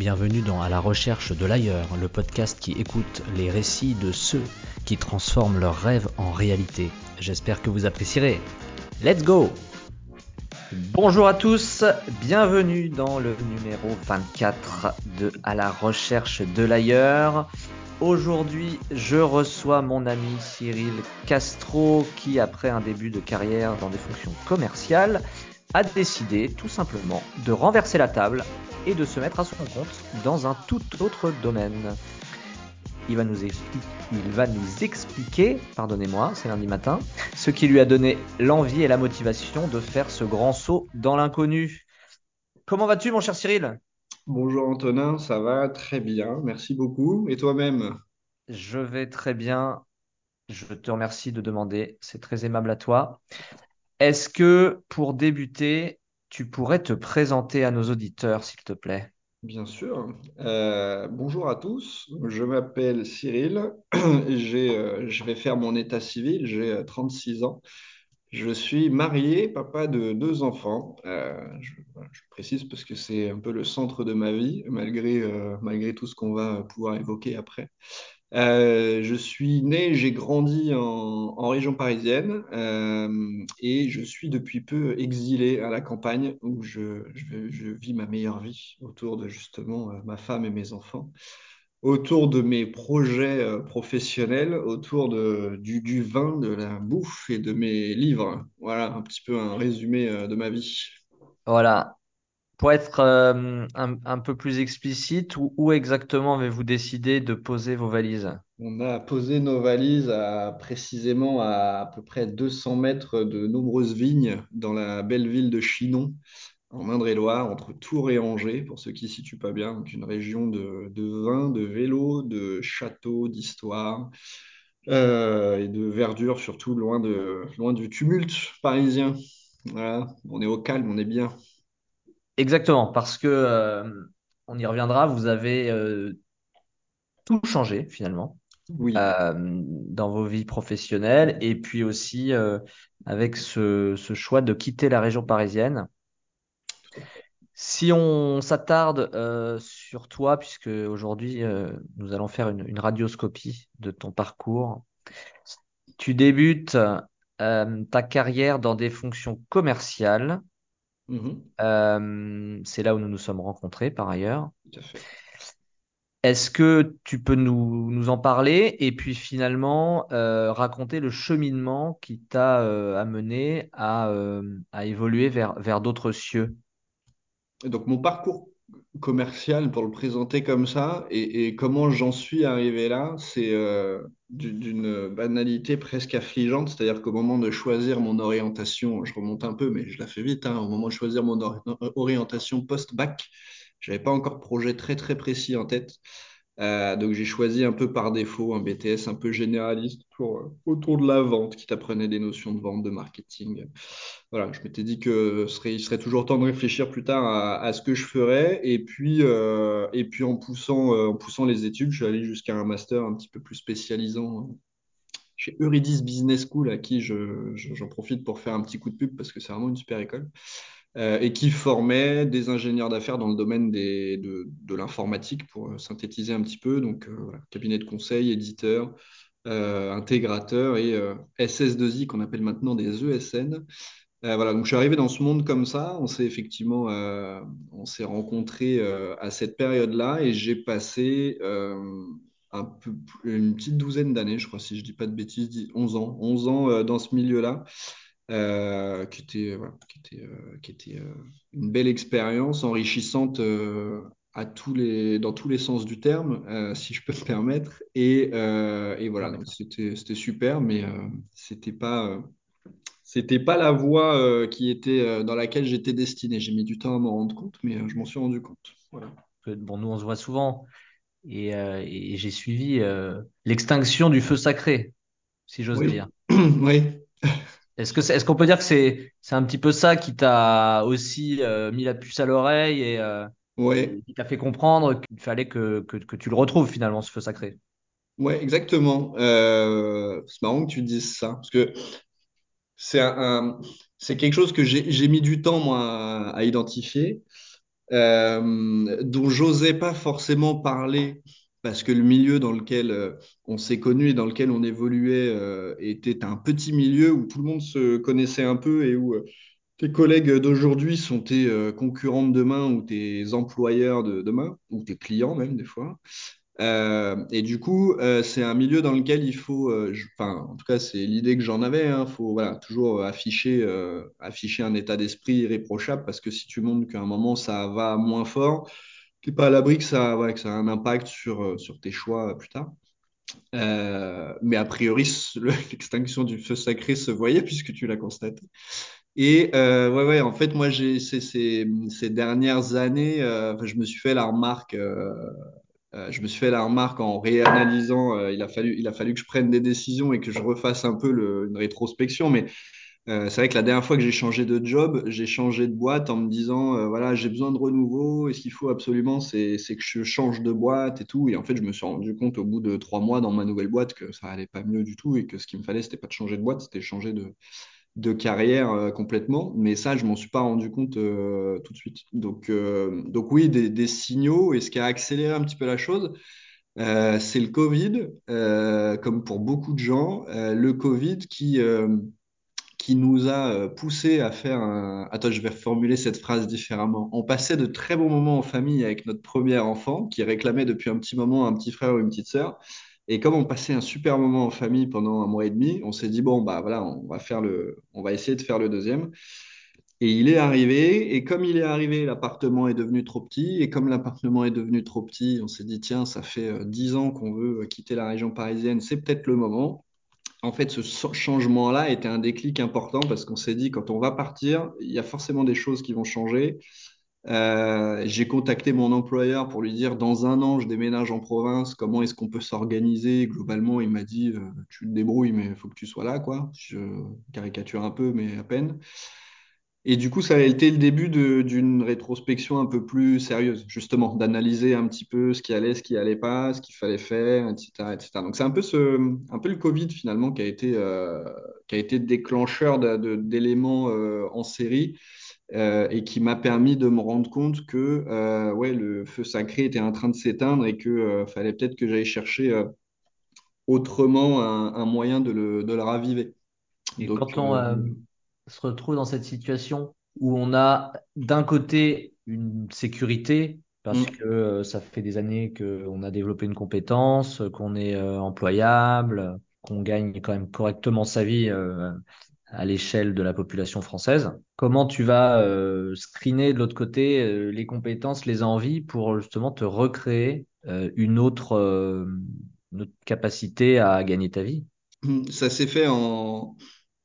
bienvenue dans À la recherche de l'ailleurs, le podcast qui écoute les récits de ceux qui transforment leurs rêves en réalité. J'espère que vous apprécierez. Let's go! Bonjour à tous, bienvenue dans le numéro 24 de À la recherche de l'ailleurs. Aujourd'hui, je reçois mon ami Cyril Castro qui, après un début de carrière dans des fonctions commerciales, a décidé tout simplement de renverser la table et de se mettre à son compte dans un tout autre domaine. Il va nous expliquer, pardonnez-moi, c'est lundi matin, ce qui lui a donné l'envie et la motivation de faire ce grand saut dans l'inconnu. Comment vas-tu, mon cher Cyril ? Bonjour Antonin, ça va très bien, merci beaucoup. Et toi-même? Je vais très bien. Je te remercie de demander. C'est très aimable à toi. Est-ce que, pour débuter, tu pourrais te présenter à nos auditeurs, s'il te plaît ? Bien sûr. Bonjour à tous, je m'appelle Cyril, je vais faire mon état civil, j'ai 36 ans. Je suis marié, papa de deux enfants. Voilà, je précise parce que c'est un peu le centre de ma vie, malgré tout ce qu'on va pouvoir évoquer après. Je suis né, j'ai grandi en région parisienne et je suis depuis peu exilé à la campagne où je vis ma meilleure vie autour de justement ma femme et mes enfants, autour de mes projets professionnels, autour du vin, de la bouffe et de mes livres. Voilà un petit peu un résumé de ma vie. Voilà. Pour être un peu plus explicite, où exactement avez-vous décidé de poser vos valises? On a posé nos valises précisément à peu près 200 mètres de nombreuses vignes dans la belle ville de Chinon, en Indre-et-Loire, entre Tours et Angers, pour ceux qui ne situent pas bien. Donc une région de vin, de vélo, de châteaux, d'histoire et de verdure, surtout loin du tumulte parisien. Voilà, on est au calme, on est bien. Exactement, parce que on y reviendra, vous avez tout changé finalement Oui, dans vos vies professionnelles et puis aussi avec ce choix de quitter la région parisienne. tout à fait. Si on s'attarde sur toi, puisque aujourd'hui nous allons faire une radioscopie de ton parcours, tu débutes ta carrière dans des fonctions commerciales. Mhm, C'est là où nous nous sommes rencontrés par ailleurs. tout à fait. Est-ce que tu peux nous en parler et puis finalement raconter le cheminement qui t'a amené à évoluer vers d'autres cieux? Et donc mon parcours commercial, pour le présenter comme ça, et comment j'en suis arrivé là, c'est d'une banalité presque affligeante, c'est-à-dire qu'au moment de choisir mon orientation, je remonte un peu, mais je la fais vite, hein, au moment de choisir mon orientation post-bac, je n'avais pas encore de projet très très précis en tête. Donc j'ai choisi un peu par défaut un BTS un peu généraliste autour de la vente, qui t'apprenait des notions de vente, de marketing. Voilà, je m'étais dit il serait toujours temps de réfléchir plus tard à ce que je ferais. Et puis en poussant les études, je suis allé jusqu'à un master un petit peu plus spécialisant chez Eurydice Business School, à qui j'en profite pour faire un petit coup de pub parce que c'est vraiment une super école, et qui formait des ingénieurs d'affaires dans le domaine de l'informatique, pour synthétiser un petit peu. Donc, voilà, cabinet de conseil, éditeur, intégrateur et SS2I qu'on appelle maintenant des ESN. Voilà, donc je suis arrivé dans ce monde comme ça. On s'est rencontrés à cette période-là et j'ai passé une petite douzaine d'années, je crois, si je dis pas de bêtises, 11 ans dans ce milieu-là, qui était une belle expérience enrichissante dans tous les sens du terme, si je peux me permettre. Et voilà, donc c'était super, mais c'était pas la voie dans laquelle j'étais destiné. J'ai mis du temps à m'en rendre compte, mais je m'en suis rendu compte. Voilà. Bon, nous on se voit souvent et j'ai suivi l'extinction du feu sacré, si j'ose Oui, dire. oui, Est-ce qu'on peut dire que c'est un petit peu ça qui t'a aussi mis la puce à l'oreille ouais, et qui t'a fait comprendre qu'il fallait que tu le retrouves finalement, ce feu sacré? ouais, exactement. C'est marrant que tu dises ça, parce que c'est c'est quelque chose que j'ai mis du temps, moi, à identifier. dont j'osais pas forcément parler parce que le milieu dans lequel on s'est connus et dans lequel on évoluait était un petit milieu où tout le monde se connaissait un peu et où tes collègues d'aujourd'hui sont tes concurrents de demain ou tes employeurs de demain, ou tes clients même des fois. Et du coup, c'est un milieu dans lequel il faut, enfin, en tout cas, c'est l'idée que j'en avais, hein, faut voilà, toujours afficher un état d'esprit irréprochable parce que si tu montres qu'à un moment ça va moins fort, tu n'es pas à l'abri que ça, ouais, que ça a un impact sur tes choix plus tard. Mais a priori, l'extinction du feu sacré se voyait puisque tu l'as constaté. Et ouais, ouais, en fait, moi, ces dernières années, enfin, je me suis fait la remarque en réanalysant. Il a fallu que je prenne des décisions et que je refasse un peu une rétrospection. Mais c'est vrai que la dernière fois que j'ai changé de job, j'ai changé de boîte en me disant, voilà, j'ai besoin de renouveau. Et ce qu'il faut absolument, c'est que je change de boîte et tout. Et en fait, je me suis rendu compte au bout de 3 mois dans ma nouvelle boîte que ça allait pas mieux du tout et que ce qu'il me fallait, c'était pas de changer de boîte, c'était changer de carrière complètement, mais ça, je m'en suis pas rendu compte tout de suite. Donc oui, des signaux, et ce qui a accéléré un petit peu la chose, c'est le Covid, comme pour beaucoup de gens, le Covid qui nous a poussé à faire un... Attends, je vais reformuler cette phrase différemment. On passait de très bons moments en famille avec notre premier enfant, qui réclamait depuis un petit moment un petit frère ou une petite sœur. Et comme on passait un super moment en famille pendant 1 mois et demi, on s'est dit, bon, bah voilà, on va essayer de faire le deuxième. Et il est arrivé, et comme il est arrivé, l'appartement est devenu trop petit, et comme l'appartement est devenu trop petit, on s'est dit, tiens, ça fait 10 ans qu'on veut quitter la région parisienne, c'est peut-être le moment. En fait, changement-là était un déclic important parce qu'on s'est dit, quand on va partir, il y a forcément des choses qui vont changer. J'ai contacté mon employeur pour lui dire, dans 1 an, je déménage en province, comment est-ce qu'on peut s'organiser? Globalement, il m'a dit, tu te débrouilles, mais il faut que tu sois là, quoi. Je caricature un peu, mais à peine. Et du coup, ça a été le début d'une rétrospection un peu plus sérieuse, justement, d'analyser un petit peu ce qui allait pas, ce qu'il fallait faire, etc., etc. Donc c'est un peu le Covid finalement qui a été déclencheur d'éléments en série et qui m'a permis de me rendre compte que ouais, le feu sacré était en train de s'éteindre et que fallait peut-être que j'aille chercher autrement un moyen de le raviver. Et Donc quand on se retrouve dans cette situation où on a d'un côté une sécurité, parce que mm. ça fait des années qu'on a développé une compétence, qu'on est employable, qu'on gagne quand même correctement sa vie à l'échelle de la population française, comment tu vas screener de l'autre côté les compétences, les envies pour justement te recréer une autre capacité à gagner ta vie? Ça s'est fait en,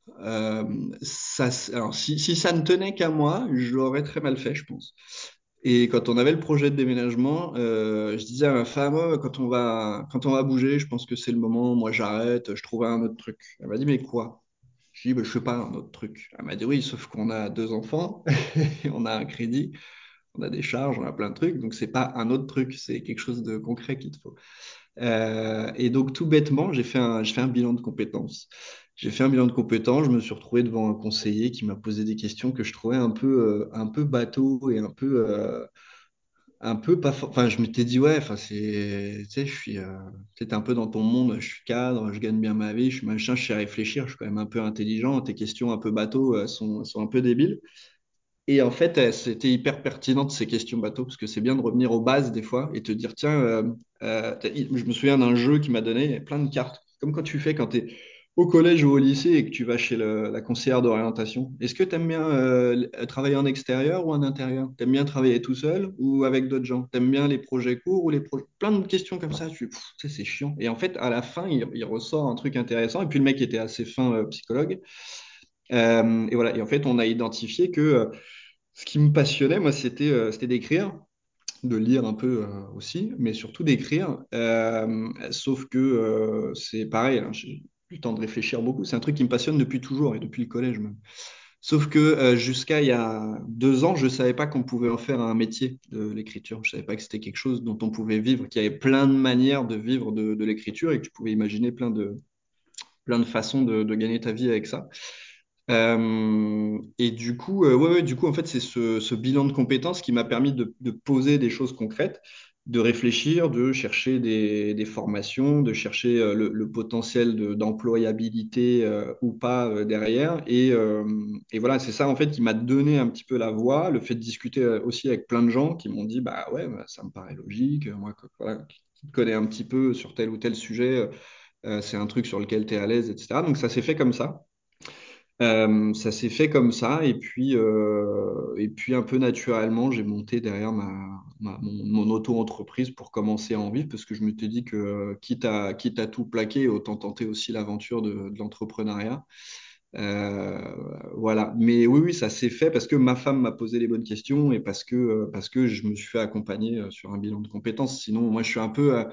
alors, si ça ne tenait qu'à moi, je l'aurais très mal fait, je pense. Et quand on avait le projet de déménagement, je disais à ma femme, oh, quand on va bouger, je pense que c'est le moment, moi j'arrête, je trouve un autre truc. Elle m'a dit, mais quoi? Je dis, bah, je sais pas, un autre truc. Elle m'a dit, oui, sauf qu'on a 2 enfants, on a un crédit, on a des charges, on a plein de trucs, donc c'est pas un autre truc, c'est quelque chose de concret qu'il te faut. Et donc, tout bêtement, j'ai fait un bilan de compétences. J'ai fait un bilan de compétences, je me suis retrouvé devant un conseiller qui m'a posé des questions que je trouvais un peu bateau et un peu pas Enfin, je m'étais dit, ouais, enfin, tu sais, je suis peut-être un peu dans ton monde, je suis cadre, je gagne bien ma vie, je suis machin, je sais réfléchir, je suis quand même un peu intelligent, tes questions un peu bateau sont un peu débiles. Et en fait, c'était hyper pertinente ces questions bateau, parce que c'est bien de revenir aux bases des fois et te dire, tiens, je me souviens d'un jeu qui m'a donné plein de cartes, comme quand tu fais quand tu es au collège ou au lycée et que tu vas chez la conseillère d'orientation. Est-ce que tu aimes bien travailler en extérieur ou en intérieur? Tu aimes bien travailler tout seul ou avec d'autres gens? Tu aimes bien les projets courts ou les projets... Plein de questions comme ça, tu sais, c'est chiant. Et en fait, à la fin, il ressort un truc intéressant. Et puis le mec était assez fin psychologue. Et voilà, et en fait, on a identifié que ce qui me passionnait, moi, c'était d'écrire, de lire un peu aussi, mais surtout d'écrire. Sauf que c'est pareil, hein, j'ai eu le temps de réfléchir beaucoup. C'est un truc qui me passionne depuis toujours et depuis le collège même. Sauf que jusqu'à il y a 2 ans, je ne savais pas qu'on pouvait en faire un métier de l'écriture. Je ne savais pas que c'était quelque chose dont on pouvait vivre, qu'il y avait plein de manières de vivre de l'écriture et que tu pouvais imaginer plein de façons de gagner ta vie avec ça. Et du coup, ouais, du coup, en fait, c'est ce bilan de compétences qui m'a permis de poser des choses concrètes, de réfléchir, de chercher des formations, de chercher le potentiel d'employabilité ou pas derrière. Et voilà, c'est ça, en fait, qui m'a donné un petit peu la voie, le fait de discuter aussi avec plein de gens qui m'ont dit, bah ouais, bah, ça me paraît logique, moi, voilà, qui te connais un petit peu sur tel ou tel sujet, c'est un truc sur lequel tu es à l'aise, etc. Donc ça s'est fait comme ça. Ça s'est fait comme ça, et puis un peu naturellement, j'ai monté derrière mon auto-entreprise pour commencer à en vivre, parce que je m'étais dit que quitte à tout plaquer, autant tenter aussi l'aventure de l'entrepreneuriat. Euh, voilà. Mais oui, oui, ça s'est fait parce que ma femme m'a posé les bonnes questions et parce que je me suis fait accompagner sur un bilan de compétences. Sinon, moi, je suis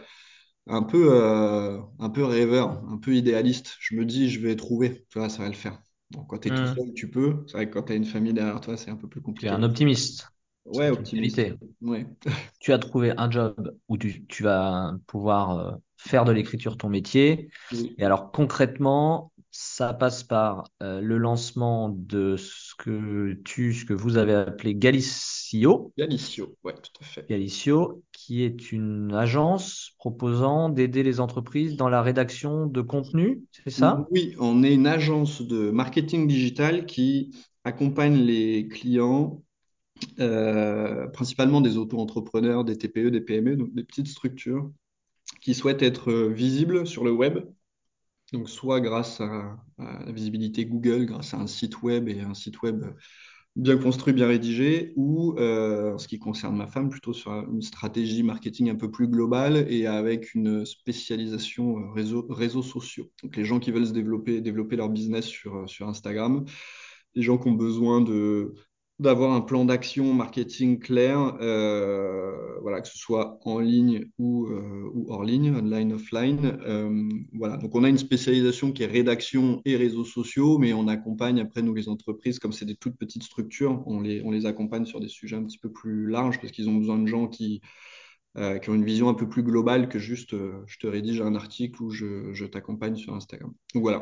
un peu rêveur, un peu idéaliste. Je me dis, je vais trouver, tu vois, ça va le faire. Bon, quand tu es tout Hmm. seul, tu peux. C'est vrai que quand tu as une famille derrière toi, c'est un peu plus Tu es compliqué. un optimiste. Ouais, C'est une optimiste. qualité. Ouais. Tu as trouvé un job où tu vas pouvoir faire de l'écriture ton métier. Oui. Et alors concrètement, ça passe par le lancement de ce que vous avez appelé Galicio, Galicio, ouais, tout à fait. Galicio, qui est une agence proposant d'aider les entreprises dans la rédaction de contenu, c'est ça? Oui, on est une agence de marketing digital qui accompagne les clients, principalement des auto-entrepreneurs, des TPE, des PME, donc des petites structures qui souhaitent être visibles sur le web. Donc, soit grâce à la visibilité Google, grâce à un site web et un site web bien construit, bien rédigé, ou en ce qui concerne ma femme, plutôt sur une stratégie marketing un peu plus globale et avec une spécialisation réseaux sociaux. Donc, les gens qui veulent développer leur business sur Instagram, les gens qui ont besoin d'avoir un plan d'action marketing clair, voilà, que ce soit en ligne ou hors ligne, online, offline. Voilà. Donc on a une spécialisation qui est rédaction et réseaux sociaux, mais on accompagne après nous les entreprises, comme c'est des toutes petites structures, on les accompagne sur des sujets un petit peu plus larges parce qu'ils ont besoin de gens qui ont une vision un peu plus globale que juste je te rédige un article ou je t'accompagne sur Instagram. Donc voilà,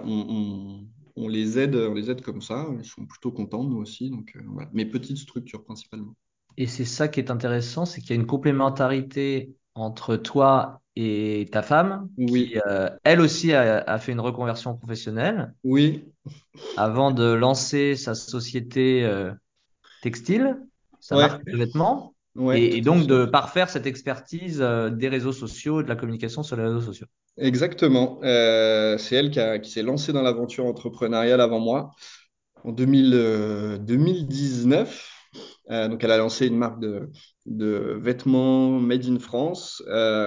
on les aide comme ça, ils sont plutôt contents, nous aussi, donc voilà. Mais petites structures principalement. Et c'est ça qui est intéressant, c'est qu'il y a une complémentarité entre toi et ta femme, qui Oui, elle aussi a fait une reconversion professionnelle oui, avant de lancer sa société textile, sa ouais, marque de vêtements, ouais, tout et à donc fait. de parfaire cette expertise des réseaux sociaux, de la communication sur les réseaux sociaux. Exactement. C'est elle qui s'est lancée dans l'aventure entrepreneuriale avant moi en 2019. Donc, elle a lancé une marque de vêtements made in France.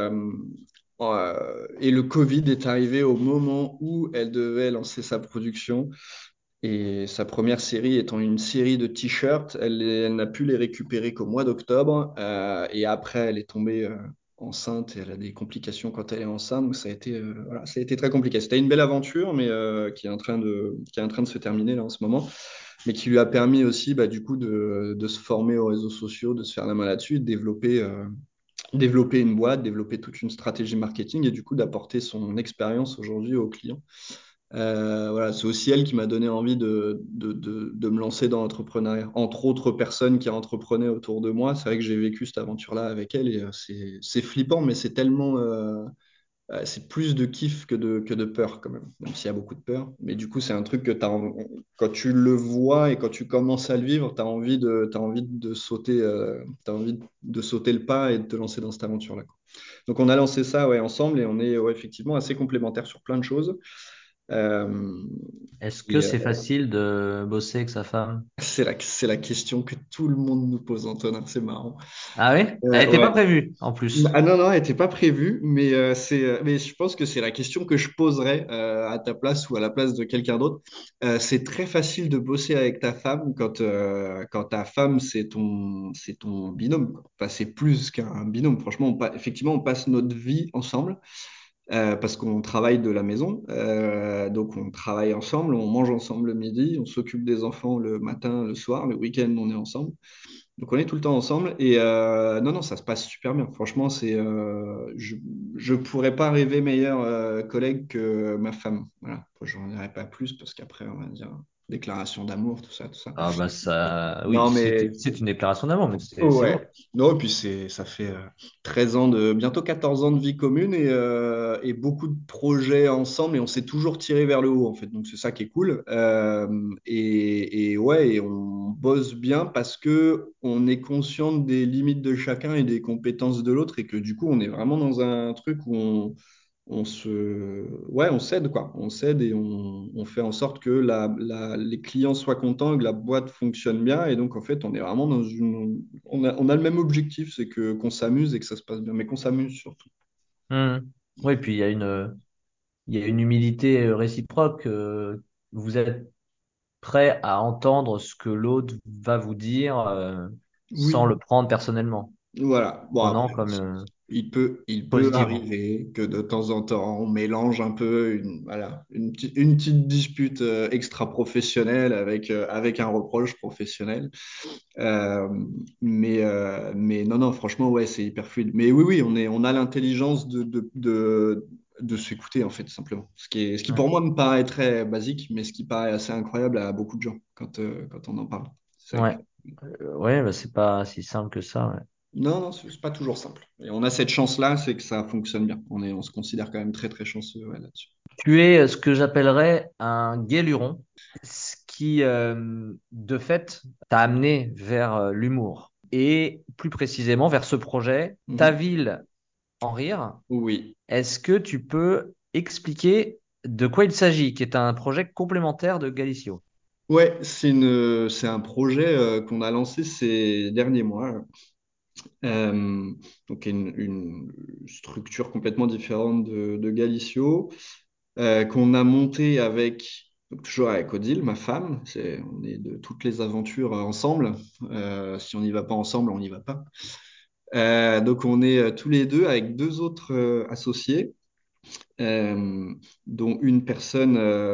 Et le Covid est arrivé au moment où elle devait lancer sa production. Et sa première série étant une série de t-shirts, elle n'a pu les récupérer qu'au mois d'octobre. Et après, elle est tombée enceinte et elle a des complications quand elle est enceinte. Donc voilà, ça a été très compliqué. C'était une belle aventure, mais qui est en train de se terminer là en ce moment, mais qui lui a permis aussi bah, du coup de se former aux réseaux sociaux, de se faire la main là-dessus, de développer une boîte, développer toute une stratégie marketing et du coup d'apporter son expérience aujourd'hui aux clients. Voilà, c'est aussi elle qui m'a donné envie de me lancer dans l'entrepreneuriat. Entre autres personnes qui entreprenaient autour de moi, c'est vrai que j'ai vécu cette aventure-là avec elle et c'est flippant, mais c'est tellement, c'est plus de kiff que de peur quand même s'il y a beaucoup de peur. Mais du coup, c'est un truc que quand tu le vois et quand tu commences à le vivre, t'as envie de sauter, t'as envie de sauter le pas et de te lancer dans cette aventure-là, quoi. Donc on a lancé ça ouais, ensemble et on est ouais, effectivement assez complémentaires sur plein de choses. Euh, Est-ce que et, c'est facile de bosser avec sa femme? c'est la question que tout le monde nous pose, Antonin, c'est marrant. Ah oui? Elle n'était pas Ouais. prévue en plus. Ah non, non, elle n'était pas prévue, mais je pense que c'est la question que je poserais à ta place ou à la place de quelqu'un d'autre. C'est très facile de bosser avec ta femme quand ta femme, c'est ton binôme, quoi. Enfin, c'est plus qu'un binôme. Franchement, effectivement, on passe notre vie ensemble. Parce qu'on travaille de la maison. Donc on travaille ensemble, on mange ensemble le midi, on s'occupe des enfants le matin, le soir, le week-end on est ensemble. Donc on est tout le temps ensemble et non, non, ça se passe super bien. Franchement, je pourrais pas rêver meilleur collègue que ma femme. Voilà, je n'en dirai pas plus parce qu'après on va dire. déclaration d'amour, tout ça, tout ça. Ah bah ça, oui, Non, mais c'est une déclaration d'amour, mais c'est beau. ouais. Non, et puis ça fait 13 ans bientôt 14 ans de vie commune et beaucoup de projets ensemble et on s'est toujours tiré vers le haut en fait. Donc c'est ça qui est cool. Et ouais, et on bosse bien parce que on est conscient des limites de chacun et des compétences de l'autre et que du coup on est vraiment dans un truc où on s'aide quoi. On s'aide et on fait en sorte que les clients soient contents, que la boîte fonctionne bien. Et donc, en fait, on est vraiment on a le même objectif, c'est qu'on s'amuse et que ça se passe bien, mais qu'on s'amuse surtout. Oui, puis il y a une humilité réciproque. Vous êtes prêt à entendre ce que l'autre va vous dire sans Oui, le prendre personnellement, voilà. Bon, prenant après, comme il peut positivement. arriver que de temps en temps, on mélange un peu voilà, une petite dispute extra-professionnelle avec un reproche professionnel. Euh, mais non, non, franchement, ouais, c'est hyper fluide. Mais oui, oui, on a l'intelligence de s'écouter, en fait, simplement. Ce qui Ouais, pour moi me paraît très basique, mais ce qui paraît assez incroyable à beaucoup de gens quand on en parle. C'est vrai ouais, ouais, bah, c'est pas si simple que ça. Ouais. non, non, c'est pas toujours simple. Et on a cette chance-là, c'est que ça fonctionne bien. On se considère quand même très, très chanceux ouais, là-dessus. Tu es ce que j'appellerais un guéluron, ce qui, de fait, t'a amené vers l'humour. Et plus précisément vers ce projet, Ta Mhm. ville en rire. Oui. Est-ce que tu peux expliquer de quoi il s'agit, qui est un projet complémentaire de Galicio? Ouais, c'est un projet qu'on a lancé ces derniers mois. Euh, donc une structure complètement différente de Galicio, qu'on a monté donc toujours avec Odile, ma femme. On est de toutes les aventures ensemble. Si on n'y va pas ensemble, on n'y va pas. Donc on est tous les deux avec deux autres associés, euh, dont une personne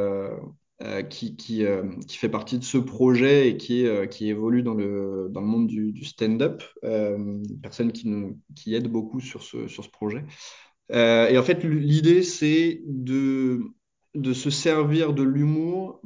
qui fait partie de ce projet et qui évolue dans le monde du stand-up, une personne qui aide beaucoup sur ce projet. Et en fait, l'idée, c'est de se servir de l'humour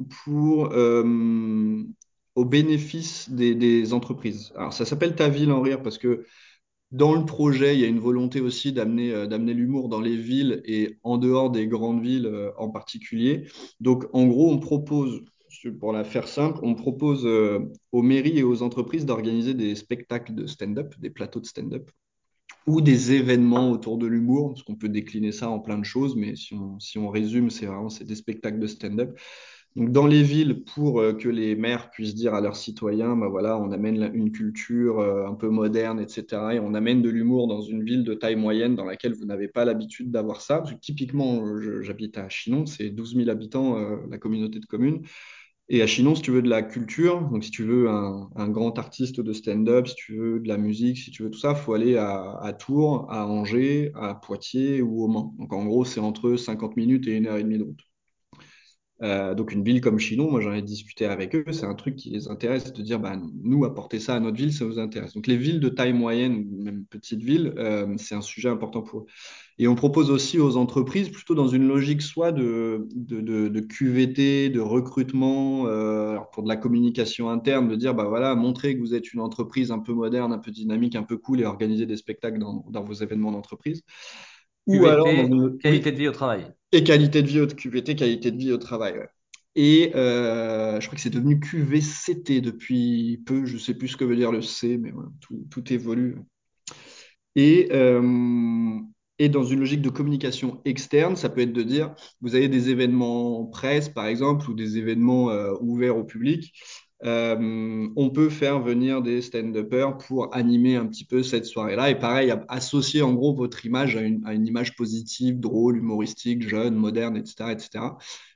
au bénéfice des entreprises. Alors, ça s'appelle Ta ville en rire parce que dans le projet, il y a une volonté aussi d'amener l'humour dans les villes et en dehors des grandes villes en particulier. Donc, en gros, on propose, pour la faire simple, on propose aux mairies et aux entreprises d'organiser des spectacles de stand-up, des plateaux de stand-up ou des événements autour de l'humour, parce qu'on peut décliner ça en plein de choses, mais si on résume, c'est des spectacles de stand-up. Donc dans les villes, pour que les maires puissent dire à leurs citoyens, bah voilà, on amène une culture un peu moderne, etc. Et on amène de l'humour dans une ville de taille moyenne dans laquelle vous n'avez pas l'habitude d'avoir ça. Parce que typiquement, j'habite à Chinon, c'est 12 000 habitants, la communauté de communes. Et à Chinon, si tu veux de la culture, donc si tu veux un grand artiste de stand-up, si tu veux de la musique, si tu veux tout ça, il faut aller à Tours, à Angers, à Poitiers ou au Mans. Donc en gros, c'est entre 50 minutes et 1 heure et demie de route. Donc une ville comme Chinon, moi j'en ai discuté avec eux, c'est un truc qui les intéresse de dire, bah, nous, apporter ça à notre ville, ça nous intéresse. Donc les villes de taille moyenne ou même petites villes, c'est un sujet important pour eux. Et on propose aussi aux entreprises, plutôt dans une logique soit de QVT, de recrutement, alors pour de la communication interne, de dire, bah voilà, montrez que vous êtes une entreprise un peu moderne, un peu dynamique, un peu cool et organiser des spectacles dans vos événements d'entreprise. Ou alors dans QVT, une... qualité Oui, de vie au travail. et qualité de vie au QVT, qualité de vie au travail. Ouais. Et je crois que c'est devenu QVCT depuis peu, je ne sais plus ce que veut dire le C, mais voilà, tout évolue. Et, euh, et dans une logique de communication externe, ça peut être de dire, vous avez des événements presse, par exemple, ou des événements ouverts au public. On peut faire venir des stand-uppers pour animer un petit peu cette soirée-là. Et pareil, associer en gros votre image à une image positive, drôle, humoristique, jeune, moderne, etc., etc.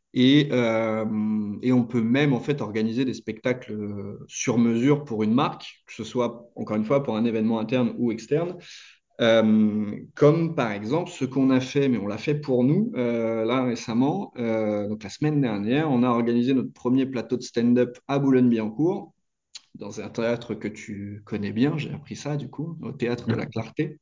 Et on peut même en fait organiser des spectacles sur mesure pour une marque, que ce soit encore une fois pour un événement interne ou externe. Comme par exemple ce qu'on a fait, mais on l'a fait pour nous là récemment. Donc la semaine dernière, on a organisé notre premier plateau de stand-up à Boulogne-Billancourt, dans un théâtre que tu connais bien. J'ai appris ça du coup, au théâtre de la Clarté.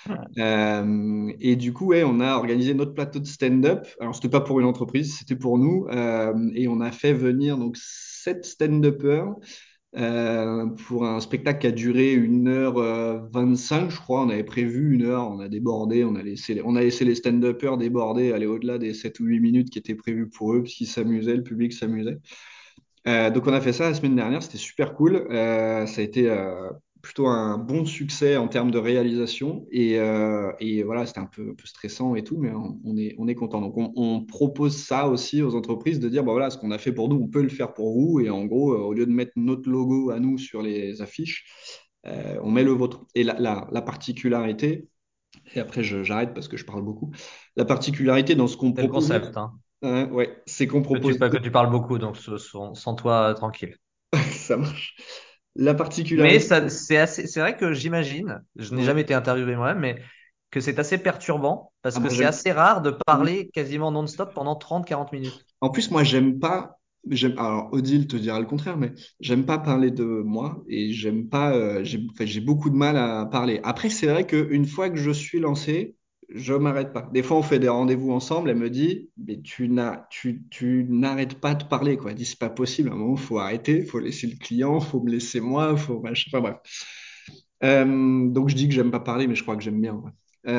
Et du coup, ouais, on a organisé notre plateau de stand-up. Alors, c'était pas pour une entreprise, c'était pour nous. Et on a fait venir donc 7 stand-uppers pour un spectacle qui a duré 1h25, je crois. On avait prévu 1 heure, on a débordé, on a laissé les stand-uppers déborder, aller au-delà des 7 ou 8 minutes qui étaient prévues pour eux, parce qu'ils s'amusaient, le public s'amusait. Donc on a fait ça la semaine dernière, c'était super cool. Ça a été plutôt un bon succès en termes de réalisation et voilà, c'était un peu stressant et tout, mais on est content. Donc on propose ça aussi aux entreprises de dire, bah voilà, ce qu'on a fait pour nous, on peut le faire pour vous. Et en gros, au lieu de mettre notre logo à nous sur les affiches, on met le vôtre. Et la particularité, et après j'arrête parce que je parle beaucoup, la particularité dans ce qu'on C'est le propose, concept, hein. ouais, c'est qu'on propose, Que tu parles beaucoup, donc sans toi, tranquille. ça marche. La Mais particularité, ça, c'est vrai que j'imagine, je n'ai jamais ouais. été interviewé moi-même, mais que c'est assez perturbant parce Ah que bah, c'est assez rare de oui. parler quasiment non-stop pendant 30-40 minutes. En plus, moi, j'aime pas. Alors, Odile te dira le contraire, mais j'aime pas parler de moi et j'aime pas. Enfin, j'ai beaucoup de mal à parler. Après, c'est vrai qu'une fois que je suis lancé, je m'arrête pas. Des fois, on fait des rendez-vous ensemble. Elle me dit, mais tu n'arrêtes pas de parler, quoi. Elle dit, c'est pas possible. À un moment, il faut arrêter, il faut laisser le client, il faut me laisser moi, faut machin. Enfin, bref. Donc, je dis que j'aime pas parler, mais je crois que j'aime bien, ouais.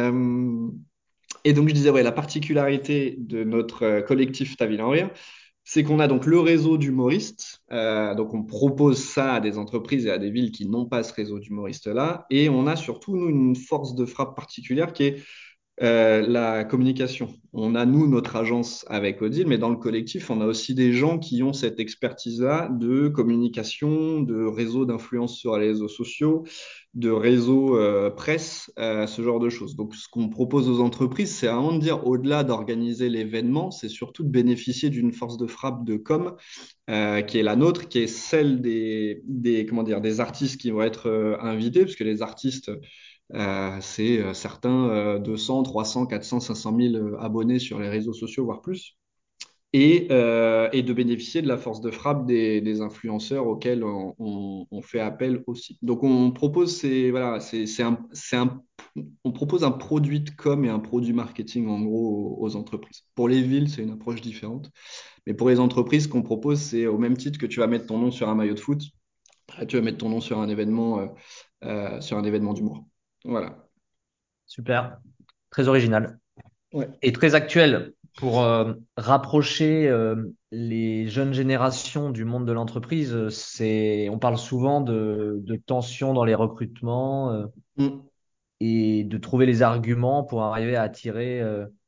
Et donc, je disais, ouais, la particularité de notre collectif Ta Ville en Rire, c'est qu'on a donc le réseau d'humoristes. Donc, on propose ça à des entreprises et à des villes qui n'ont pas ce réseau d'humoristes-là. Et on a surtout, nous, une force de frappe particulière qui est la communication. On a, nous, notre agence avec Odile, mais dans le collectif, on a aussi des gens qui ont cette expertise-là de communication, de réseau d'influence sur les réseaux sociaux, de réseau presse, ce genre de choses. Donc, ce qu'on propose aux entreprises, c'est vraiment de dire, au-delà d'organiser l'événement, c'est surtout de bénéficier d'une force de frappe de com qui est la nôtre, qui est celle comment dire, des artistes qui vont être invités, parce que les artistes, c'est certains 200, 300, 400, 500 000 abonnés sur les réseaux sociaux, voire plus, et de bénéficier de la force de frappe des influenceurs auxquels on fait appel aussi. Donc on propose, voilà, on propose un produit de com et un produit marketing en gros aux entreprises. Pour les villes, c'est une approche différente. Mais pour les entreprises, ce qu'on propose, c'est au même titre que tu vas mettre ton nom sur un maillot de foot, tu vas mettre ton nom sur un événement d'humour. Voilà. Super, très original Ouais. et très actuel pour rapprocher les jeunes générations du monde de l'entreprise. On parle souvent de tensions dans les recrutements Mm. et de trouver les arguments pour arriver à attirer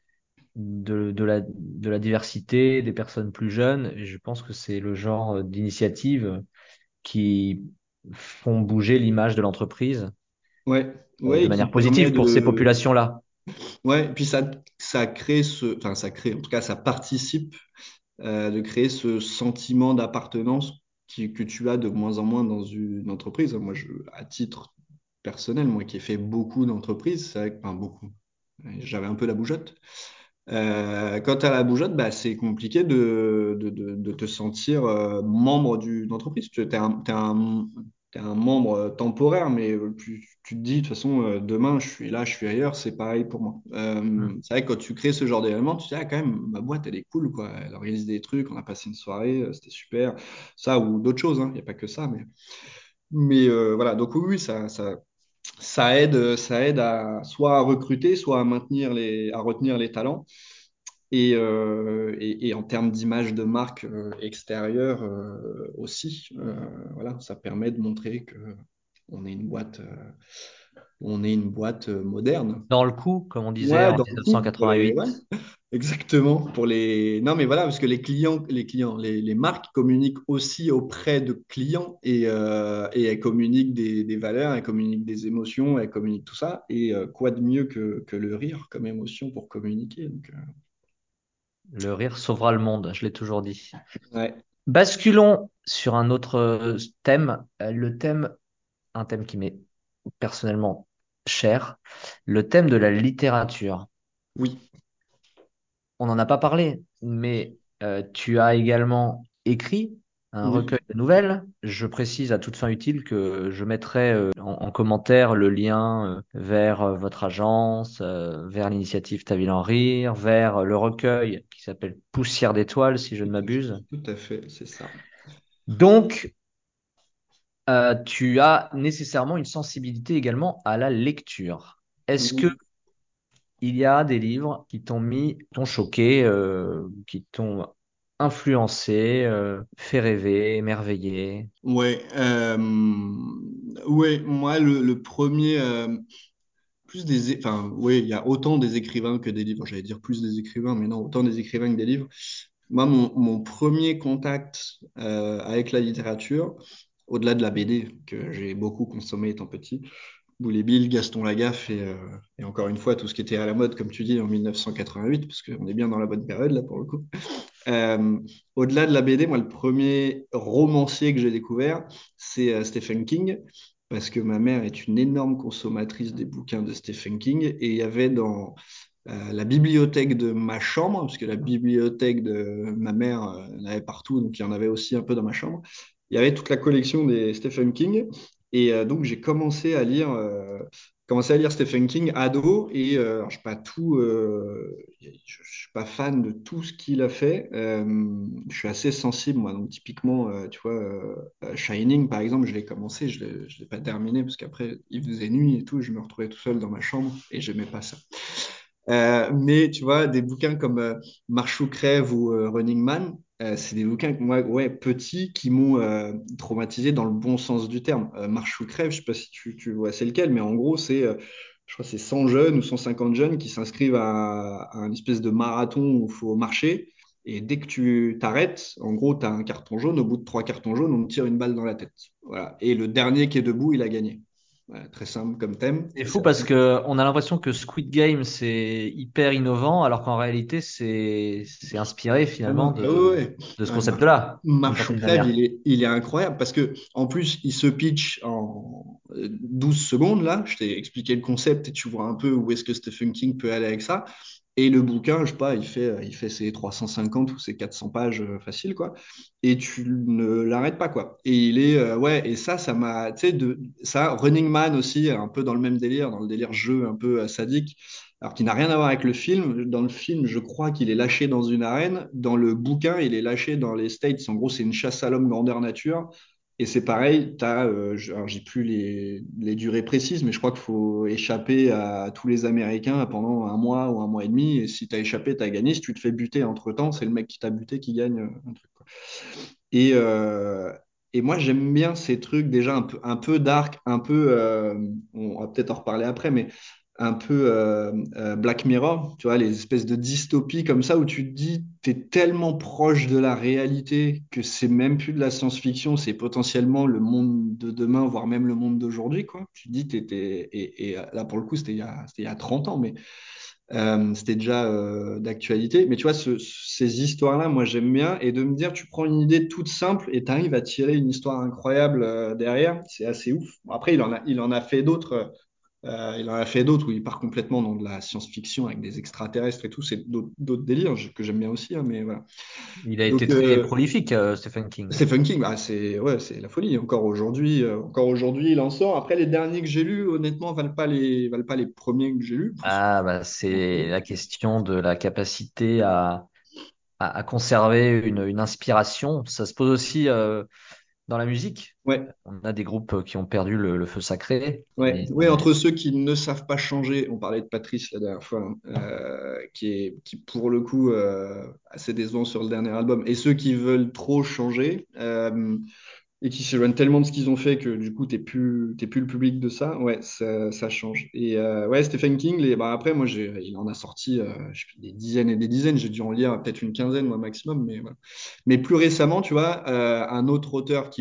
de la diversité, des personnes plus jeunes. Et je pense que c'est le genre d'initiative qui font bouger l'image de l'entreprise Ouais. Ouais, de et qui manière permet positive pour ces de. populations-là. Ouais, et puis ça crée enfin, ça crée, en tout cas, ça participe de créer ce sentiment d'appartenance que tu as de moins en moins dans une entreprise. Moi, à titre personnel, moi qui ai fait beaucoup d'entreprises, c'est vrai que, enfin, beaucoup. J'avais un peu la bougeotte. Quand tu as la bougeotte, bah, c'est compliqué de te sentir membre d'une entreprise. Tu es un membre temporaire, mais tu te dis, de toute façon, demain, je suis là, je suis ailleurs, c'est pareil pour moi. Mm. C'est vrai que quand tu crées ce genre d'événement, tu te dis, ah, quand même, ma boîte, elle est cool, quoi. Elle organise des trucs, on a passé une soirée, c'était super. Ça ou d'autres choses, hein. Il n'y a pas que ça, mais voilà. Donc oui, oui, ça aide soit à recruter, soit à à retenir les talents. Et en termes d'image de marque extérieure aussi, voilà, ça permet de montrer que on est une boîte, moderne. Dans le coup, comme on disait Ouais, en dans le coup, ouais, 1988. exactement. Non, mais voilà, parce que les marques communiquent aussi auprès de clients et elles communiquent des valeurs, elles communiquent des émotions, elles communiquent tout ça. Et quoi de mieux que le rire comme émotion pour communiquer. Donc, Le rire sauvera le monde, je l'ai toujours dit. ouais. Basculons sur un autre thème, un thème qui m'est personnellement cher, le thème de la littérature. Oui. On n'en a pas parlé, mais tu as également écrit un Oui. recueil de nouvelles. Je précise à toute fin utile que je mettrai en commentaire le lien vers votre agence, vers l'initiative Ta Ville en Rire, vers le recueil qui s'appelle Poussière d'étoiles, si je ne m'abuse. Tout à fait, c'est ça. Donc, tu as nécessairement une sensibilité également à la lecture. Est-ce que Oui. il y a des livres qui t'ont t'ont choqué, qui t'ont influencé, fait rêver, émerveillé? Ouais, ouais, moi le premier, enfin, ouais, il y a autant des écrivains que des livres. J'allais dire plus des écrivains, mais non, autant des écrivains que des livres. Moi, mon premier contact avec la littérature, au-delà de la BD que j'ai beaucoup consommé étant petit, Boulet Bill, Gaston Lagaffe et encore une fois tout ce qui était à la mode, comme tu dis, en 1988, parce qu'on est bien dans la bonne période là pour le coup. Euh, Au-delà de la BD, moi, le premier romancier que j'ai découvert, c'est Stephen King, parce que ma mère est une énorme consommatrice des bouquins de Stephen King, et il y avait dans la bibliothèque de ma chambre, parce que la bibliothèque de ma mère en avait partout, donc il y en avait aussi un peu dans ma chambre, il y avait toute la collection des Stephen King, et donc j'ai commencé à lire Stephen King ado, et alors, je suis pas tout, je suis pas fan de tout ce qu'il a fait. Je suis assez sensible, moi. Donc, typiquement, tu vois, Shining, par exemple, je l'ai commencé, je l'ai pas terminé parce qu'après, il faisait nuit et tout. Je me retrouvais tout seul dans ma chambre et j'aimais pas ça. Mais tu vois, des bouquins comme Marche ou crève ou Running Man, c'est des bouquins que moi, ouais, petits, qui m'ont traumatisé dans le bon sens du terme. Marche ou crève, je sais pas si tu vois c'est lequel, mais en gros, je crois que c'est 100 jeunes ou 150 jeunes qui s'inscrivent à un espèce de marathon où il faut marcher. Et dès que tu t'arrêtes, en gros, tu as un carton jaune. Au bout de 3 cartons jaunes, on te tire une balle dans la tête. Voilà. Et le dernier qui est debout, il a gagné. Voilà, très simple comme thème. C'est Et fou ça, parce que on a l'impression que Squid Game c'est hyper innovant, alors qu'en réalité c'est inspiré ah finalement non, ah ouais, ouais. de ce Ouais, concept-là, d'une Marche ou certaine crève, manière. il est incroyable parce que en plus, il se pitch en 12 secondes. Là, je t'ai expliqué le concept et tu vois un peu où est-ce que Stephen King peut aller avec ça. Et le bouquin, je sais pas, il fait ses 350 ou ses 400 pages faciles, quoi. Et tu ne l'arrêtes pas, quoi. Et ouais, et ça m'a, tu sais, ça, Running Man aussi, un peu dans le même délire, dans le délire jeu un peu sadique. Alors qui n'a rien à voir avec le film. Dans le film, je crois qu'il est lâché dans une arène. Dans le bouquin, il est lâché dans les States. En gros, c'est une chasse à l'homme grandeur nature. Et c'est pareil, alors j'ai plus les durées précises, mais je crois qu'il faut échapper à tous les Américains pendant un mois ou un mois et demi. Et si tu as échappé, tu as gagné. Si tu te fais buter entre-temps, c'est le mec qui t'a buté qui gagne un truc, quoi. Et, euh, et moi, j'aime bien ces trucs déjà un peu dark, on va peut-être en reparler après, mais un peu Black Mirror, tu vois, les espèces de dystopies comme ça où tu te dis, tu es tellement proche de la réalité que c'est même plus de la science-fiction, c'est potentiellement le monde de demain, voire même le monde d'aujourd'hui, quoi. Tu te dis, et là pour le coup, c'était il y a 30 ans, mais c'était déjà d'actualité. Mais tu vois, ces histoires-là, moi, j'aime bien. Et de me dire, tu prends une idée toute simple et tu arrives à tirer une histoire incroyable derrière, c'est assez ouf. Bon, après, il en a fait d'autres. Il en a fait d'autres où il part complètement dans de la science-fiction avec des extraterrestres et tout. C'est d'autres délires que j'aime bien aussi, hein, mais voilà. Il a été Donc, très prolifique, Stephen King. Stephen King, bah, c'est la folie. Encore aujourd'hui, il en sort. Après, les derniers que j'ai lus, honnêtement, valent pas les premiers que j'ai lus. Ah bah c'est la question de la capacité à conserver une inspiration. Ça se pose aussi dans la musique. Ouais. On a des groupes qui ont perdu le feu sacré. Ouais, oui, entre ceux qui ne savent pas changer, on parlait de Patrice la dernière fois, hein, qui pour le coup assez décevant sur le dernier album, et ceux qui veulent trop changer et qui s'éloignent tellement de ce qu'ils ont fait que du coup t'es plus le public de ça, ouais, ça change. Et ouais, Stephen King, bah, après moi il en a sorti je sais plus, des dizaines et des dizaines, j'ai dû en lire peut-être une quinzaine moi maximum, mais voilà. Mais plus récemment, tu vois, un autre auteur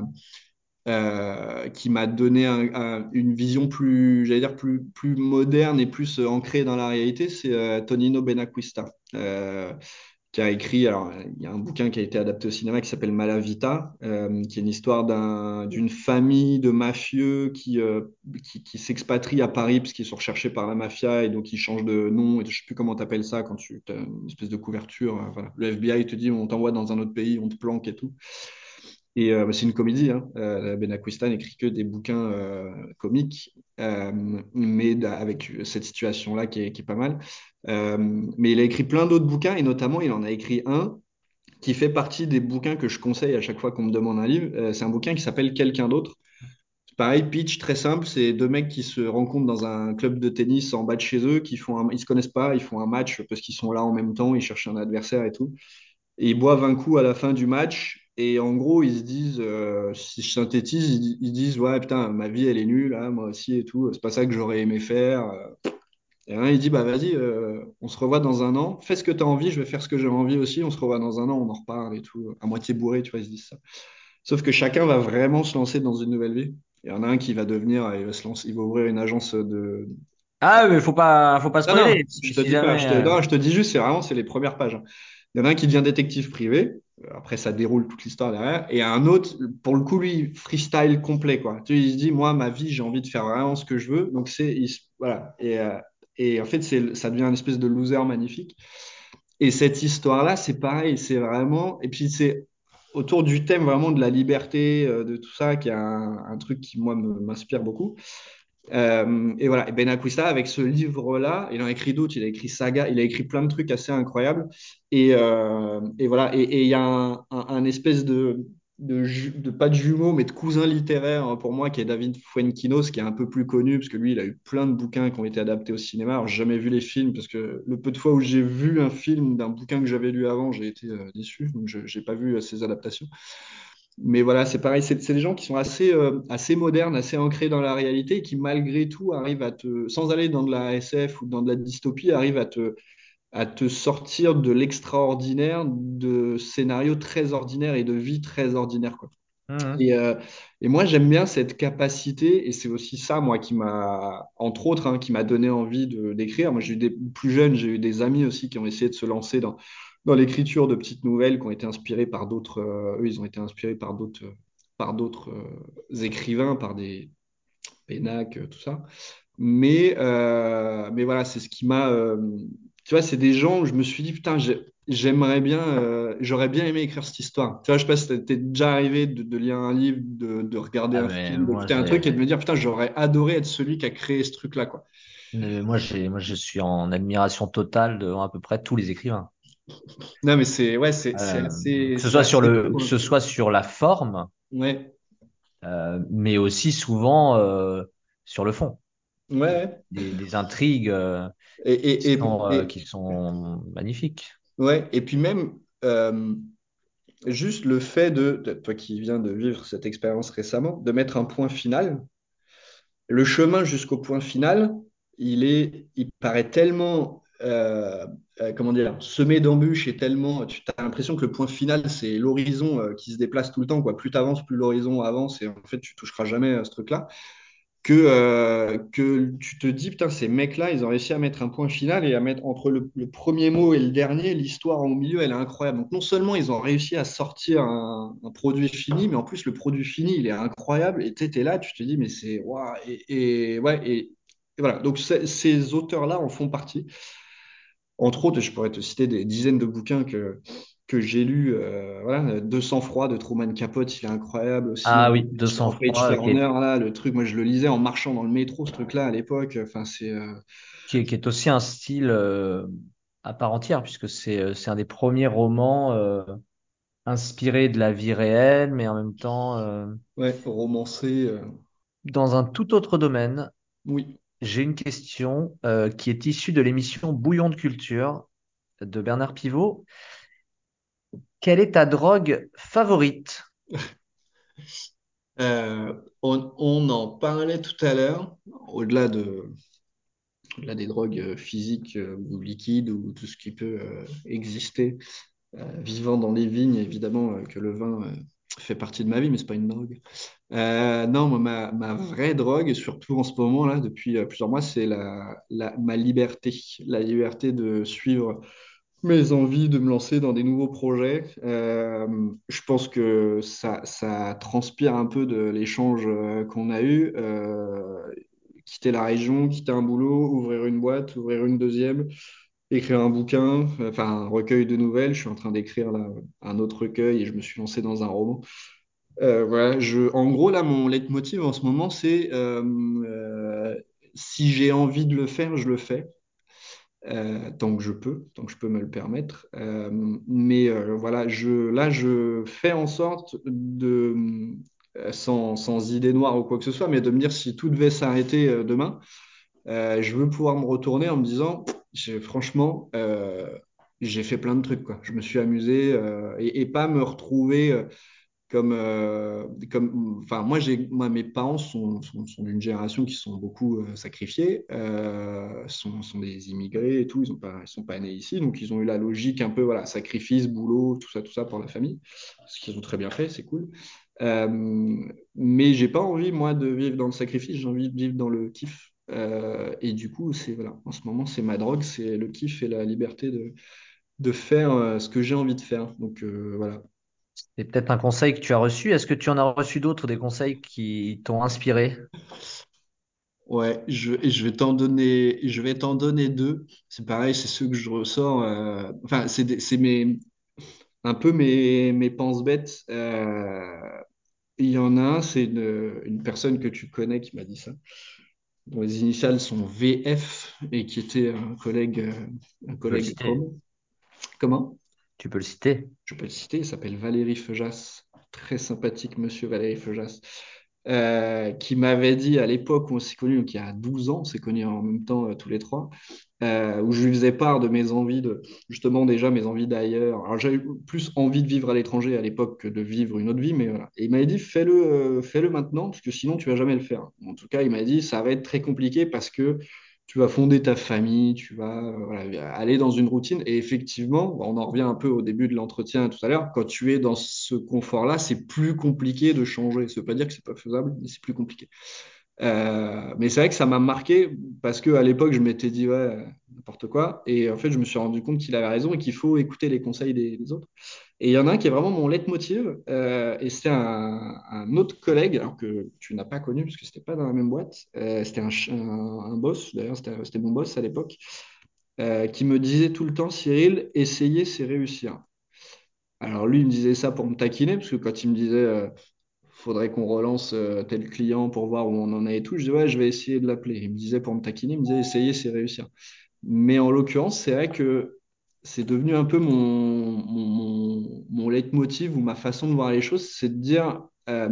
qui m'a donné une vision plus, j'allais dire, plus moderne et plus ancrée dans la réalité, c'est Tonino Benacquista, qui a écrit, alors il y a un bouquin qui a été adapté au cinéma qui s'appelle Malavita, qui est une histoire d'une famille de mafieux qui s'expatrie à Paris parce qu'ils sont recherchés par la mafia et donc ils changent de nom, et je sais plus comment tu appelles ça quand tu as une espèce de couverture, voilà. Le FBI te dit on t'envoie dans un autre pays, on te planque et tout. Et bah, c'est une comédie, hein. Benacquista n'écrit que des bouquins comiques, mais avec cette situation-là qui est pas mal. Mais il a écrit plein d'autres bouquins, et notamment il en a écrit un qui fait partie des bouquins que je conseille à chaque fois qu'on me demande un livre. C'est un bouquin qui s'appelle Quelqu'un d'autre. Pareil, pitch très simple, c'est deux mecs qui se rencontrent dans un club de tennis en bas de chez eux, ils se connaissent pas, ils font un match parce qu'ils sont là en même temps, ils cherchent un adversaire et tout. Et ils boivent un coup à la fin du match. Et en gros, ils se disent, si je synthétise, ils disent, ouais, putain, ma vie, elle est nulle, hein, moi aussi et tout. C'est pas ça que j'aurais aimé faire. Et un, il dit, bah vas-y, on se revoit dans un an. Fais ce que tu as envie, je vais faire ce que j'ai envie aussi. On se revoit dans un an, on en reparle et tout. À moitié bourré, tu vois, ils se disent ça. Sauf que chacun va vraiment se lancer dans une nouvelle vie. Il y en a un qui va devenir, il va se lancer, il va ouvrir une agence de. Ah, mais faut pas Non, non, spoiler. je Si, te si dis pas, jamais. non, je te dis juste, c'est les premières pages, hein. Il y en a un qui devient détective privé. Après, ça déroule toute l'histoire derrière. Et un autre, pour le coup, lui, freestyle complet, quoi. Tu sais, il se dit, moi, ma vie, j'ai envie de faire vraiment ce que je veux. Donc, voilà. Et en fait, ça devient une espèce de loser magnifique. Et cette histoire-là, c'est pareil. C'est vraiment. Et puis, c'est autour du thème vraiment de la liberté, de tout ça, qui est un truc qui, moi, m'inspire beaucoup. Et voilà, et Benacquista, avec ce livre-là, il en a écrit d'autres, il a écrit Saga, il a écrit plein de trucs assez incroyables. Et voilà, et il y a un espèce pas de jumeau, mais de cousin littéraire, hein, pour moi, qui est David Fuenquinos, qui est un peu plus connu, parce que lui, il a eu plein de bouquins qui ont été adaptés au cinéma. Alors, j'ai jamais vu les films, parce que le peu de fois où j'ai vu un film d'un bouquin que j'avais lu avant, j'ai été déçu, donc je n'ai pas vu ces adaptations. Mais voilà, c'est pareil, c'est des gens qui sont assez modernes, assez ancrés dans la réalité et qui, malgré tout, arrivent sans aller dans de la SF ou dans de la dystopie, arrivent à te sortir de l'extraordinaire, de scénarios très ordinaires et de vies très ordinaires, quoi. Mhm. Et moi, j'aime bien cette capacité, et c'est aussi ça, moi, entre autres, hein, qui m'a donné envie d'écrire. Moi, plus jeune, j'ai eu des amis aussi qui ont essayé de se lancer dans l'écriture de petites nouvelles qui ont été inspirées par d'autres. Eux, ils ont été inspirés par d'autres écrivains, par des Pénac, tout ça. Mais voilà, c'est ce qui m'a. Tu vois, c'est des gens où je me suis dit, putain, j'aimerais bien, j'aurais bien aimé écrire cette histoire. Tu vois, je sais pas si t'es déjà arrivé de lire un livre, de regarder Ah, un mais film, d'écouter un truc et de me dire, putain, j'aurais adoré être celui qui a créé ce truc-là, quoi. moi, je suis en admiration totale devant à peu près tous les écrivains. Non, mais ouais, c'est Euh, assez, que ce c'est soit assez que fou, hein. ce soit sur la forme, Ouais, mais aussi souvent sur le fond. ouais, Il y a ouais. des intrigues Et, et, et, qui sont magnifiques. ouais. Et puis même, juste le fait toi qui viens de vivre cette expérience récemment, de mettre un point final. Le chemin jusqu'au point final, il paraît tellement, comment dire, semé d'embûches et tellement, tu as l'impression que le point final, c'est l'horizon qui se déplace tout le temps, quoi. Plus tu avances, plus l'horizon avance et en fait, tu toucheras jamais à ce truc-là. Que tu te dis, putain, ces mecs-là, ils ont réussi à mettre un point final et à mettre entre le premier mot et le dernier, l'histoire au milieu, elle est incroyable. Donc, non seulement ils ont réussi à sortir un produit fini, mais en plus, le produit fini, il est incroyable. Et tu es là, tu te dis, mais c'est. Waouh, ouais, et voilà. Donc, ces auteurs-là en font partie. Entre autres, je pourrais te citer des dizaines de bouquins que j'ai lus. Voilà, 200 froid de Truman Capote, il est incroyable aussi, Ah hein. oui, 200 Page froid Turner, là, le truc, moi je le lisais en marchant dans le métro, ce truc-là à l'époque. Enfin, qui est aussi un style à part entière, puisque c'est un des premiers romans inspirés de la vie réelle, mais en même temps ouais, romancé. dans un tout autre domaine. Oui. J'ai une question qui est issue de l'émission Bouillon de culture de Bernard Pivot. Quelle est ta drogue favorite? On en parlait tout à l'heure, au-delà au-delà des drogues physiques ou liquides ou tout ce qui peut exister, vivant dans les vignes, évidemment que le vin fait partie de ma vie, mais c'est pas une drogue. Non, moi, ma vraie drogue, surtout en ce moment, là, depuis plusieurs mois, c'est ma liberté. La liberté de suivre mes envies, de me lancer dans des nouveaux projets. Je pense que ça transpire un peu de l'échange qu'on a eu. Quitter la région, quitter un boulot, ouvrir une boîte, ouvrir une deuxième, écrire un bouquin, enfin un recueil de nouvelles. Je suis en train d'écrire là un autre recueil et je me suis lancé dans un roman. Voilà, en gros, là, mon leitmotiv en ce moment, c'est si j'ai envie de le faire, je le fais. tant que je peux, tant que je peux me le permettre. Mais voilà, là, je fais en sorte sans idée noire ou quoi que ce soit, mais de me dire si tout devait s'arrêter demain, je veux pouvoir me retourner en me disant, franchement, j'ai fait plein de trucs, quoi. Je me suis amusé et pas me retrouver enfin, mes parents sont d'une génération qui sont beaucoup sacrifiés, sont des immigrés et tout, ils sont pas nés ici, donc ils ont eu la logique un peu, voilà, sacrifice, boulot, tout ça pour la famille, ce qu'ils ont très bien fait, c'est cool. Euh, mais j'ai pas envie, moi, de vivre dans le sacrifice, j'ai envie de vivre dans le kiff. Et du coup, voilà, en ce moment, c'est ma drogue, c'est le kiff et la liberté de faire ce que j'ai envie de faire. Donc voilà. C'est peut-être un conseil que tu as reçu. Est-ce que tu en as reçu d'autres, des conseils qui t'ont inspiré? Ouais, je vais t'en donner deux. C'est pareil, c'est ceux que je ressors. Enfin, c'est un peu mes pense-bêtes. Il y en a un, c'est une personne que tu connais qui m'a dit ça, dont les initiales sont VF et qui était un Tu peux le collègue citer. homme. Comment? Tu peux le citer. Je peux le citer, il s'appelle Valérie Feujas, très sympathique monsieur Valérie Feujas, qui m'avait dit à l'époque où on s'est connus, donc il y a 12 ans, on s'est connus en même temps tous les trois, où je lui faisais part de mes envies, justement déjà mes envies d'ailleurs. Alors j'avais plus envie de vivre à l'étranger à l'époque que de vivre une autre vie, mais voilà. Et il m'avait dit fais-le maintenant, parce que sinon tu vas jamais le faire. En tout cas, il m'a dit ça va être très compliqué parce que tu vas fonder ta famille, tu vas voilà, aller dans une routine. Et effectivement, on en revient un peu au début de l'entretien tout à l'heure, quand tu es dans ce confort-là, c'est plus compliqué de changer. Ça ne veut pas dire que c'est pas faisable, mais c'est plus compliqué. Mais c'est vrai que ça m'a marqué parce qu'à l'époque, je m'étais dit, ouais, n'importe quoi. Et en fait, je me suis rendu compte qu'il avait raison et qu'il faut écouter les conseils des autres. Et il y en a un qui est vraiment mon leitmotiv. Et c'est un autre collègue, alors que tu n'as pas connu, parce que c'était pas dans la même boîte. C'était un boss, d'ailleurs, c'était mon boss à l'époque, qui me disait tout le temps, Cyril, essayer, c'est réussir. Alors lui, il me disait ça pour me taquiner, parce que quand il me disait, faudrait qu'on relance tel client pour voir où on en est et tout. Je disais, ouais, je vais essayer de l'appeler. Il me disait pour me taquiner, il me disait, essayer, c'est réussir. Mais en l'occurrence, c'est vrai que c'est devenu un peu mon leitmotiv ou ma façon de voir les choses, c'est de dire,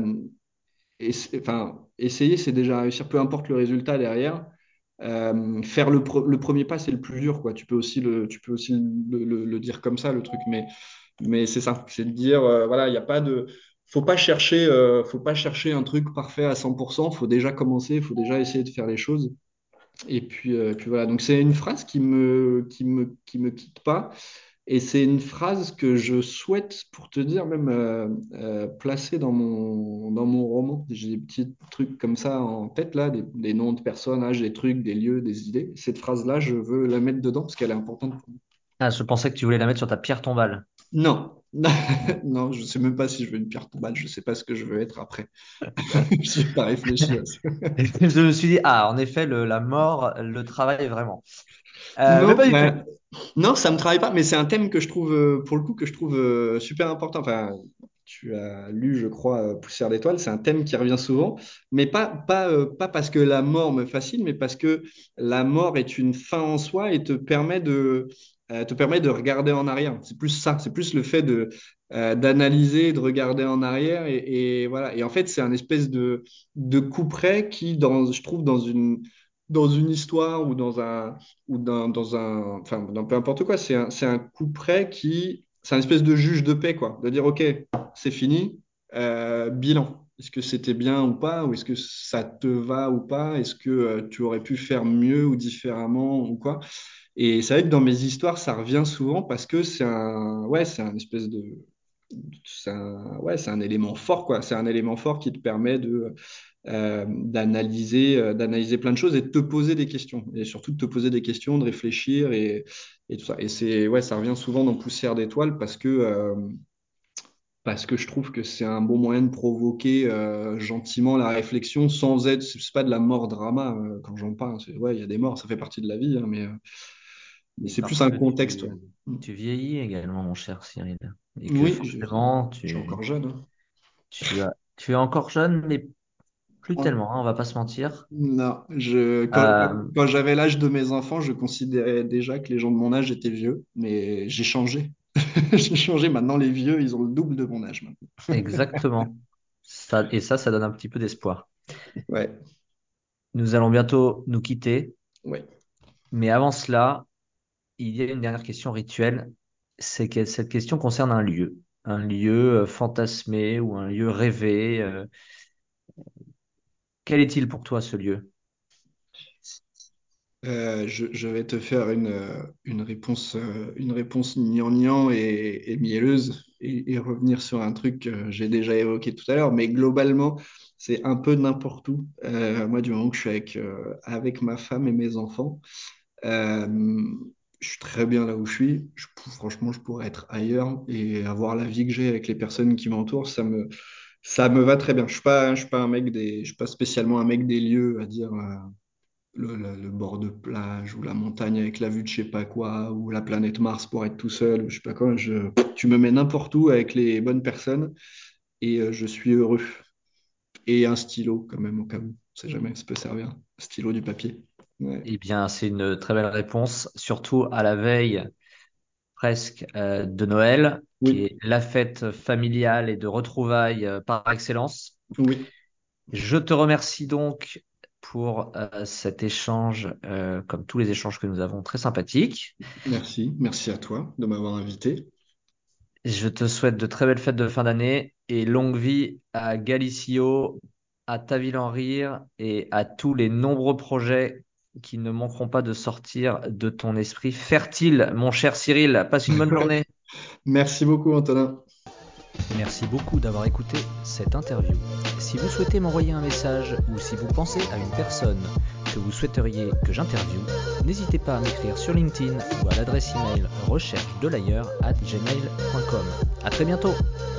enfin, essayer, c'est déjà réussir, peu importe le résultat derrière. Faire le premier pas, c'est le plus dur, quoi. Tu peux aussi le dire comme ça, le truc, mais c'est ça, c'est de dire, voilà, il n'y a pas de. Faut pas chercher un truc parfait à 100%, faut déjà commencer, faut déjà essayer de faire les choses. Et puis voilà, donc c'est une phrase qui me quitte pas. Et c'est une phrase que je souhaite, pour te dire, même placer dans mon roman. J'ai des petits trucs comme ça en tête, là, des noms de personnages, des trucs, des lieux, des idées. Cette phrase-là, je veux la mettre dedans parce qu'elle est importante pour moi. Ah, je pensais que tu voulais la mettre sur ta pierre tombale. Non, non, je sais même pas si je veux une pierre tombale, je sais pas ce que je veux être après. Je n'ai pas réfléchi à ça. Je me suis dit, ah, en effet, la mort le travaille vraiment. Mais Non, pas du tout. bah, non, ça me travaille pas, mais c'est un thème que je trouve, pour le coup, que je trouve super important. Enfin, tu as lu, je crois, Poussière d'étoiles, c'est un thème qui revient souvent, mais pas parce que la mort me fascine, mais parce que la mort est une fin en soi et te permet de regarder en arrière. C'est plus ça, c'est plus le fait d'analyser, de regarder en arrière, et voilà. Et en fait, c'est un espèce de couperet qui, je trouve, dans une histoire ou dans un, enfin, dans peu importe quoi, c'est un coup près c'est un espèce de juge de paix, quoi, de dire, OK, c'est fini, bilan. Est-ce que c'était bien ou pas, ou est-ce que ça te va ou pas, est-ce que tu aurais pu faire mieux ou différemment ou quoi? Et c'est vrai que dans mes histoires, ça revient souvent parce que ouais, c'est un espèce ouais, c'est un élément fort, quoi. C'est un élément fort qui te permet d'analyser plein de choses et de te poser des questions. Et surtout de te poser des questions, de réfléchir et tout ça. Et ouais, ça revient souvent dans Poussière d'étoiles parce que je trouve que c'est un bon moyen de provoquer gentiment la réflexion sans être, c'est pas de la mort drama quand j'en parle. Ouais, il y a des morts, ça fait partie de la vie, hein, mais Et c'est plus parce un que contexte. Ouais. tu vieillis également, mon cher Cyril. Et que Oui, forcément, je suis encore jeune, hein. tu es encore jeune, mais Plus tellement, hein, on va pas se mentir. Non, Euh, quand j'avais l'âge de mes enfants, je considérais déjà que les gens de mon âge étaient vieux, mais j'ai changé. J'ai changé. Maintenant, les vieux, ils ont le double de mon âge maintenant. exactement. Ça donne un petit peu d'espoir. Ouais, Nous allons bientôt nous quitter, ouais. mais avant cela, il y a une dernière question rituelle. C'est que cette question concerne un lieu fantasmé ou un lieu rêvé. Quel est-il pour toi ce lieu? Je vais te faire une réponse gnangnan et mielleuse et revenir sur un truc que j'ai déjà évoqué tout à l'heure, mais globalement, c'est un peu n'importe où. Moi, du moment que je suis avec ma femme et mes enfants, Euh, je suis très bien là où je suis. Franchement, je pourrais être ailleurs et avoir la vie que j'ai avec les personnes qui m'entourent, ça me va très bien. Je suis pas je suis pas spécialement un mec des lieux à dire le bord de plage ou la montagne avec la vue de je sais pas quoi ou la planète Mars pour être tout seul ou je sais pas quoi. Tu me mets n'importe où avec les bonnes personnes et je suis heureux. Et un stylo quand même au cas où. On sait jamais, ça peut servir. Stylo du papier. Ouais. Eh bien, c'est une très belle réponse, surtout à la veille presque de Noël, qui Oui, est la fête familiale et de retrouvailles par excellence. oui. Je te remercie donc pour cet échange, comme tous les échanges que nous avons, très sympathiques. Merci, merci à toi de m'avoir invité. Je te souhaite de très belles fêtes de fin d'année et longue vie à Galicio, à Ta Ville en Rire et à tous les nombreux projets qui ne manqueront pas de sortir de ton esprit fertile, mon cher Cyril. Passe une bonne journée. Merci beaucoup, Antonin. Merci beaucoup d'avoir écouté cette interview. Si vous souhaitez m'envoyer un message ou si vous pensez à une personne que vous souhaiteriez que j'interviewe, n'hésitez pas à m'écrire sur LinkedIn ou à l'adresse email recherche de l'ailleurs@gmail.com. À très bientôt.